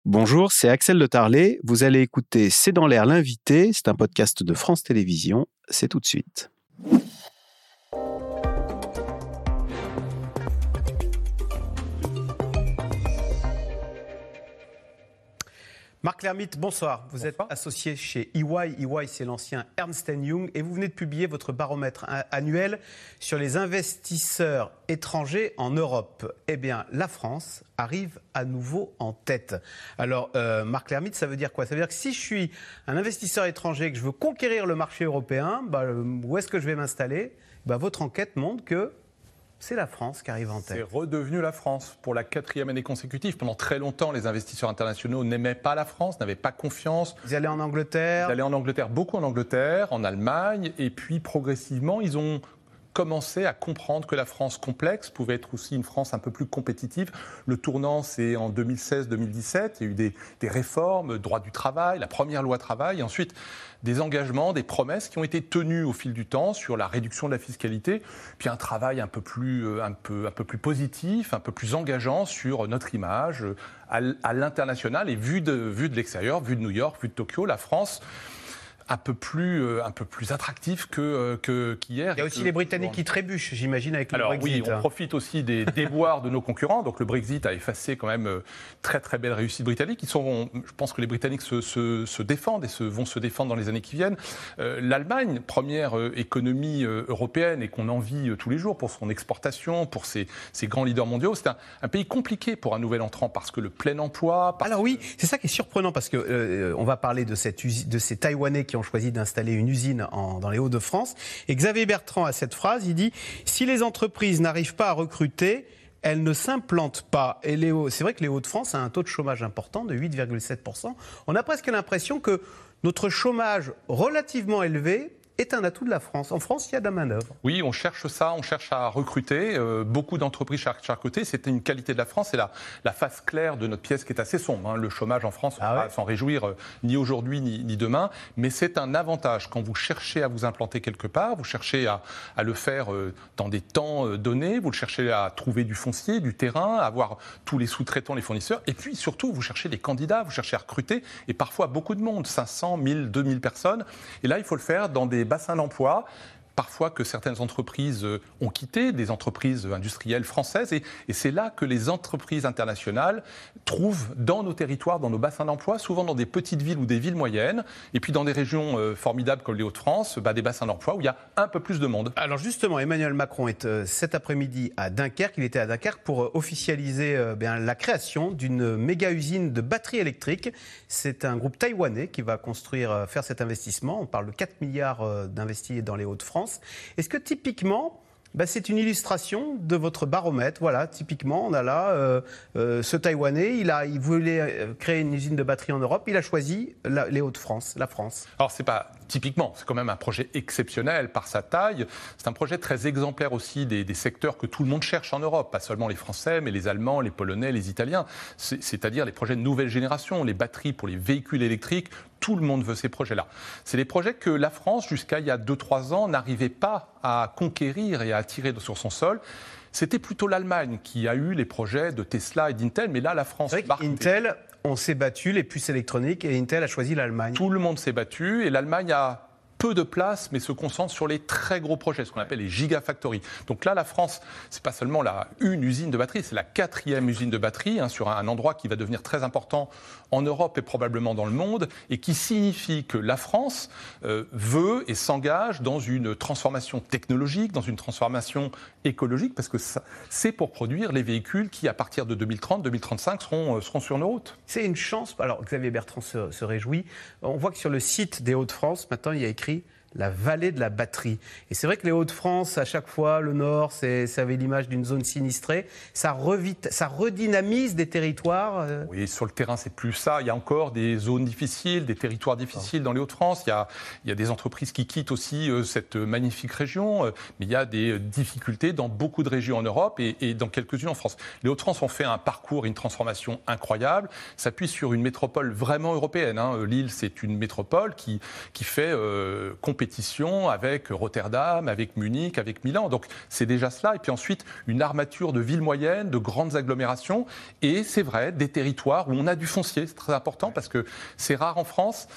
Bonjour, c'est Axel de Tarlet. Vous allez écouter C'est dans l'air l'invité. C'est un podcast de France Télévisions. C'est tout de suite. Marc Lermite, bonsoir. Vous êtes associé chez EY. EY, c'est l'ancien Ernst & Young. Et vous venez de publier votre baromètre annuel sur les investisseurs étrangers en Europe. Eh bien, la France arrive à nouveau en tête. Alors, Marc Lermite, ça veut dire quoi? Ça veut dire que si je suis un investisseur étranger et que je veux conquérir le marché européen, où est-ce que je vais m'installer? Votre enquête montre que c'est la France qui arrive en tête. C'est redevenu la France pour la 4e année consécutive. Pendant très longtemps, les investisseurs internationaux n'aimaient pas la France, n'avaient pas confiance. Vous allez en Angleterre? Vous allez en Angleterre, beaucoup en Angleterre, en Allemagne, et puis progressivement, ils ont commencé à comprendre que la France complexe pouvait être aussi une France un peu plus compétitive. Le tournant, c'est en 2016-2017. Il y a eu des réformes, droit du travail, la première loi travail, et ensuite des engagements, des promesses qui ont été tenues au fil du temps sur la réduction de la fiscalité, puis un travail un peu plus positif, un peu plus engageant sur notre image à l'international. Et vu de l'extérieur, vu de New York, vu de Tokyo, la France un peu plus attractif qu'hier. Il y a aussi les Britanniques qui trébuchent, j'imagine, avec le Brexit. Oui, on profite aussi des déboires de nos concurrents. Donc le Brexit a effacé quand même très très belle réussite britannique. Je pense que les Britanniques se défendent et vont se défendre dans les années qui viennent. L'Allemagne, première économie européenne et qu'on envie tous les jours pour son exportation, pour ses grands leaders mondiaux, c'est un pays compliqué pour un nouvel entrant parce que le plein emploi... Alors oui, c'est ça qui est surprenant parce que on va parler de ces Taïwanais qui ont choisi d'installer une usine dans les Hauts-de-France. Et Xavier Bertrand a cette phrase, il dit « Si les entreprises n'arrivent pas à recruter, elles ne s'implantent pas ». Et c'est vrai que les Hauts-de-France a un taux de chômage important de 8,7%. On a presque l'impression que notre chômage relativement élevé est un atout de la France. En France, il y a de la manœuvre. Oui, on cherche ça, on cherche à recruter. Beaucoup d'entreprises cherchent à recruter. C'était une qualité de la France. C'est la face claire de notre pièce qui est assez sombre. Le chômage en France, on ne va pas s'en réjouir ni aujourd'hui ni demain. Mais c'est un avantage. Quand vous cherchez à vous implanter quelque part, vous cherchez à le faire dans des temps donnés, vous cherchez à trouver du foncier, du terrain, à avoir tous les sous-traitants, les fournisseurs. Et puis surtout, vous cherchez des candidats, vous cherchez à recruter. Et parfois beaucoup de monde, 500, 1000, 2000 personnes. Et là, il faut le faire dans des bassins d'emploi, parfois que certaines entreprises ont quitté, des entreprises industrielles françaises. Et c'est là que les entreprises internationales trouvent dans nos territoires, dans nos bassins d'emploi, souvent dans des petites villes ou des villes moyennes, et puis dans des régions formidables comme les Hauts-de-France, des bassins d'emploi où il y a un peu plus de monde. Alors justement, Emmanuel Macron est cet après-midi à Dunkerque. Il était à Dunkerque pour officialiser la création d'une méga-usine de batteries électriques. C'est un groupe taïwanais qui va faire cet investissement. On parle de 4 milliards d'investis dans les Hauts-de-France. Est-ce que typiquement, c'est une illustration de votre baromètre? Voilà, typiquement, on a là ce Taïwanais, il voulait créer une usine de batterie en Europe, il a choisi les Hauts-de-France, la France. Alors, c'est pas typiquement, c'est quand même un projet exceptionnel par sa taille. C'est un projet très exemplaire aussi des secteurs que tout le monde cherche en Europe, pas seulement les Français, mais les Allemands, les Polonais, les Italiens. C'est-à-dire les projets de nouvelle génération, les batteries pour les véhicules électriques. Tout le monde veut ces projets-là. C'est des projets que la France, jusqu'à il y a 2-3 ans, n'arrivait pas à conquérir et à attirer sur son sol. C'était plutôt l'Allemagne qui a eu les projets de Tesla et d'Intel, mais là, la France... C'est vrai qu'Intel, on s'est battu, les puces électroniques, et Intel a choisi l'Allemagne. Tout le monde s'est battu, et l'Allemagne a peu de place, mais se concentre sur les très gros projets, ce qu'on appelle les gigafactories. Donc là, la France, c'est pas seulement une usine de batterie, c'est la 4e usine de batterie, sur un endroit qui va devenir très important en Europe et probablement dans le monde, et qui signifie que la France veut et s'engage dans une transformation technologique, dans une transformation écologique, parce que c'est pour produire les véhicules qui, à partir de 2030-2035, seront sur nos routes. C'est une chance. Alors, Xavier Bertrand se réjouit. On voit que sur le site des Hauts-de-France, maintenant, il y a écrit la vallée de la batterie. Et c'est vrai que les Hauts-de-France, à chaque fois, le Nord, ça avait l'image d'une zone sinistrée. Ça redynamise des territoires. Oui, sur le terrain, c'est plus ça. Il y a encore des zones difficiles, des territoires difficiles dans les Hauts-de-France. Il y a des entreprises qui quittent aussi cette magnifique région. Mais il y a des difficultés dans beaucoup de régions en Europe et dans quelques-unes en France. Les Hauts-de-France ont fait un parcours, une transformation incroyable. S'appuie sur une métropole vraiment européenne. Lille, c'est une métropole qui fait compétition compétition avec Rotterdam, avec Munich, avec Milan. Donc c'est déjà cela. Et puis ensuite, une armature de villes moyennes, de grandes agglomérations. Et c'est vrai, des territoires où on a du foncier. C'est très important parce que c'est rare en France.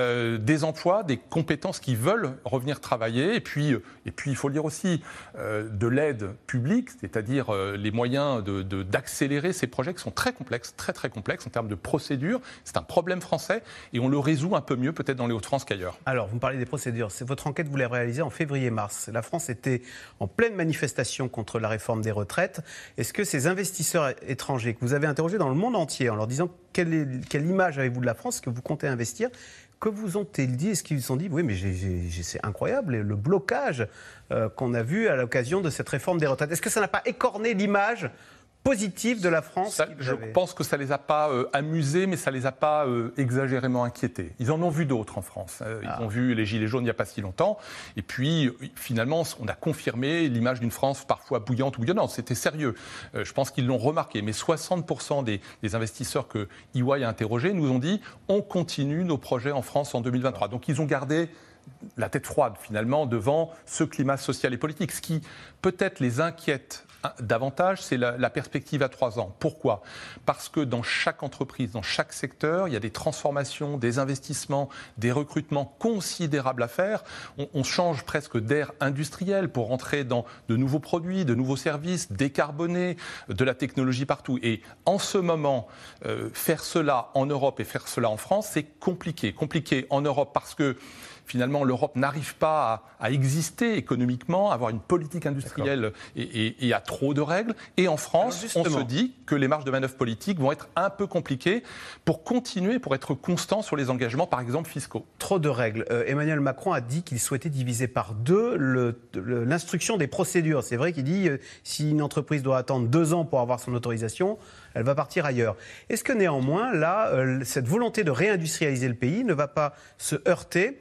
Des emplois, des compétences qui veulent revenir travailler. Et puis il faut le dire aussi, de l'aide publique, c'est-à-dire les moyens d'accélérer ces projets qui sont très complexes, très très complexes en termes de procédures. C'est un problème français et on le résout un peu mieux peut-être dans les Hauts-de-France qu'ailleurs. Alors, vous me parlez des procédures. C'est votre enquête, vous l'avez réalisée en février-mars. La France était en pleine manifestation contre la réforme des retraites. Est-ce que ces investisseurs étrangers que vous avez interrogés dans le monde entier en leur disant quelle image avez-vous de la France, que vous comptez investir, que vous ont-ils dit? Est-ce qu'ils se sont dit, oui, mais c'est incroyable, le blocage qu'on a vu à l'occasion de cette réforme des retraites. Est-ce que ça n'a pas écorné l'image positive de la France? Je pense que ça ne les a pas amusés, mais ça ne les a pas exagérément inquiétés. Ils en ont vu d'autres en France. Ils ont vu les Gilets jaunes il n'y a pas si longtemps. Et puis, finalement, on a confirmé l'image d'une France parfois bouillante ou bouillonnante. C'était sérieux. Je pense qu'ils l'ont remarqué. Mais 60% des investisseurs que EY a interrogés nous ont dit « on continue nos projets en France en 2023 ». Donc, ils ont gardé la tête froide, finalement, devant ce climat social et politique. Ce qui, peut-être, les inquiète davantage, c'est la perspective à 3 ans. Pourquoi ? Parce que dans chaque entreprise, dans chaque secteur, il y a des transformations, des investissements, des recrutements considérables à faire. On change presque d'ère industrielle pour rentrer dans de nouveaux produits, de nouveaux services, décarbonés, de la technologie partout. Et en ce moment, faire cela en Europe et faire cela en France, c'est compliqué. Compliqué en Europe parce que finalement, l'Europe n'arrive pas à exister économiquement, à avoir une politique industrielle et à trop de règles. Et en France, on se dit que les marges de manœuvre politiques vont être un peu compliquées pour continuer, pour être constant sur les engagements, par exemple, fiscaux. Trop de règles. Emmanuel Macron a dit qu'il souhaitait diviser par 2 l'instruction des procédures. C'est vrai qu'il dit si une entreprise doit attendre 2 ans pour avoir son autorisation, elle va partir ailleurs. Est-ce que néanmoins, là, cette volonté de réindustrialiser le pays ne va pas se heurter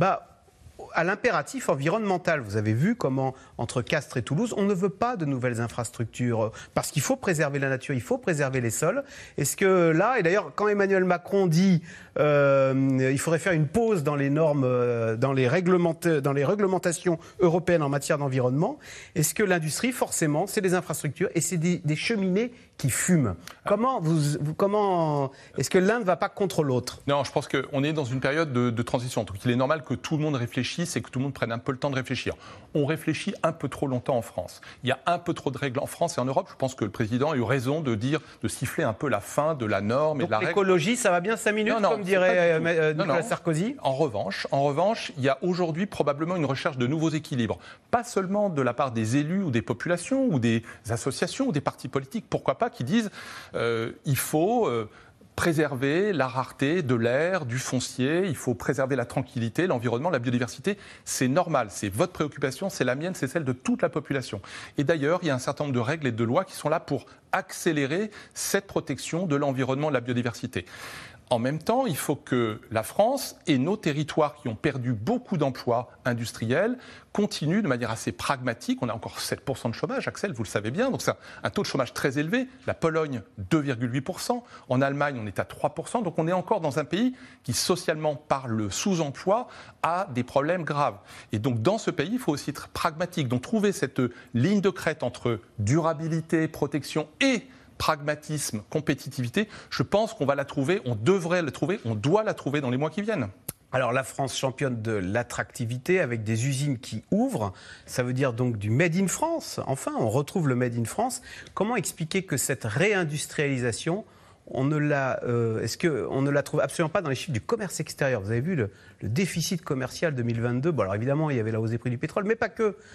à l'impératif environnemental? Vous avez vu comment, entre Castres et Toulouse, on ne veut pas de nouvelles infrastructures, parce qu'il faut préserver la nature, il faut préserver les sols. Est-ce que là, et d'ailleurs, quand Emmanuel Macron dit il faudrait faire une pause dans les normes, dans les réglementations européennes en matière d'environnement, est-ce que l'industrie, forcément, c'est des infrastructures et c'est des cheminées qui fument? Comment est-ce que l'un ne va pas contre l'autre? Non, je pense qu'on est dans une période de transition. Donc il est normal que tout le monde réfléchisse et que tout le monde prenne un peu le temps de réfléchir. On réfléchit un peu trop longtemps en France. Il y a un peu trop de règles en France et en Europe. Je pense que le président a eu raison de siffler un peu la fin de la norme et de la règle. L'écologie, ça va bien 5 minutes, comme dirait Nicolas Sarkozy? En revanche, il y a aujourd'hui probablement une recherche de nouveaux équilibres. Pas seulement de la part des élus ou des populations ou des associations ou des partis politiques, pourquoi pas, qui disent il faut préserver la rareté de l'air, du foncier, il faut préserver la tranquillité, l'environnement, la biodiversité. C'est normal, c'est votre préoccupation, c'est la mienne, c'est celle de toute la population. Et d'ailleurs, il y a un certain nombre de règles et de lois qui sont là pour accélérer cette protection de l'environnement et de la biodiversité. En même temps, il faut que la France et nos territoires qui ont perdu beaucoup d'emplois industriels continuent de manière assez pragmatique. On a encore 7% de chômage, Axel, vous le savez bien, donc c'est un taux de chômage très élevé. La Pologne, 2,8%. En Allemagne, on est à 3%. Donc on est encore dans un pays qui, socialement, par le sous-emploi, a des problèmes graves. Et donc dans ce pays, il faut aussi être pragmatique. Donc trouver cette ligne de crête entre durabilité, protection et pragmatisme, compétitivité, je pense qu'on va la trouver, on devrait la trouver, on doit la trouver dans les mois qui viennent. Alors la France championne de l'attractivité avec des usines qui ouvrent, ça veut dire donc du Made in France. Enfin, on retrouve le Made in France. Comment expliquer que cette réindustrialisation, on ne la trouve absolument pas dans les chiffres du commerce extérieur? Vous avez vu le déficit commercial 2022. Bon, alors évidemment, il y avait la hausse des prix du pétrole, mais pas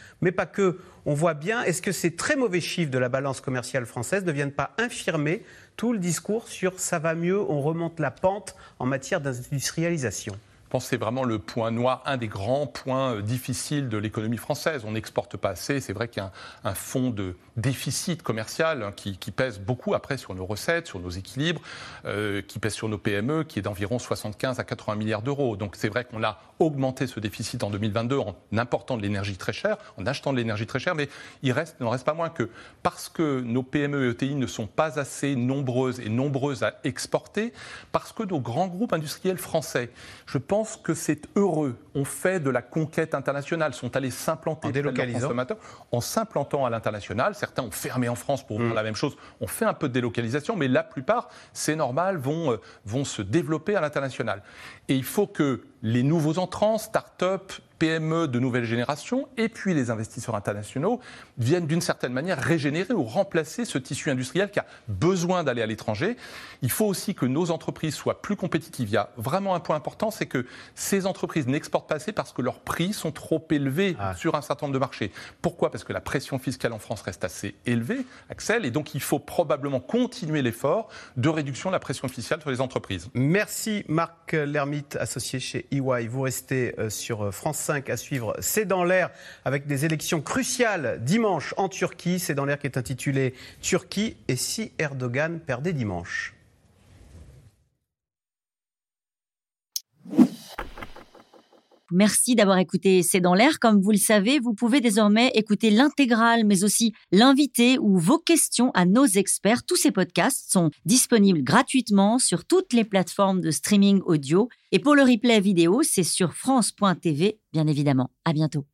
que. On voit bien, est-ce que ces très mauvais chiffres de la balance commerciale française ne viennent pas infirmer tout le discours sur ça va mieux, on remonte la pente en matière d'industrialisation? Je pense que c'est vraiment le point noir, un des grands points difficiles de l'économie française. On n'exporte pas assez. C'est vrai qu'il y a un fond de déficit commercial qui pèse beaucoup après sur nos recettes, sur nos équilibres, qui pèse sur nos PME, qui est d'environ 75 à 80 milliards d'euros. Donc c'est vrai qu'on a augmenté ce déficit en 2022 en important de l'énergie très chère, en achetant de l'énergie très chère, mais il n'en reste pas moins que parce que nos PME et ETI ne sont pas assez nombreuses à exporter, parce que nos grands groupes industriels français, je pense pense que c'est heureux. On fait de la conquête internationale, sont allés s'implanter en délocalisant. Consommateurs, en s'implantant à l'international. Certains ont fermé en France pour faire la même chose. On fait un peu de délocalisation, mais la plupart, c'est normal, vont se développer à l'international. Et il faut que les nouveaux entrants, start-up, PME de nouvelle génération, et puis les investisseurs internationaux viennent d'une certaine manière régénérer ou remplacer ce tissu industriel qui a besoin d'aller à l'étranger. Il faut aussi que nos entreprises soient plus compétitives. Il y a vraiment un point important, c'est que ces entreprises n'exportent pas assez parce que leurs prix sont trop élevés sur un certain nombre de marchés. Pourquoi ? Parce que la pression fiscale en France reste assez élevée, Axel, et donc il faut probablement continuer l'effort de réduction de la pression fiscale sur les entreprises. Merci Marc Lermite, associé chez EY. Vous restez sur France 5 à suivre C'est dans l'air avec des élections cruciales dimanche en Turquie. C'est dans l'air qui est intitulé Turquie et si Erdogan perdait dimanche. Merci d'avoir écouté C'est dans l'air. Comme vous le savez, vous pouvez désormais écouter l'intégrale, mais aussi l'invité ou vos questions à nos experts. Tous ces podcasts sont disponibles gratuitement sur toutes les plateformes de streaming audio. Et pour le replay vidéo, c'est sur France.tv, bien évidemment. À bientôt.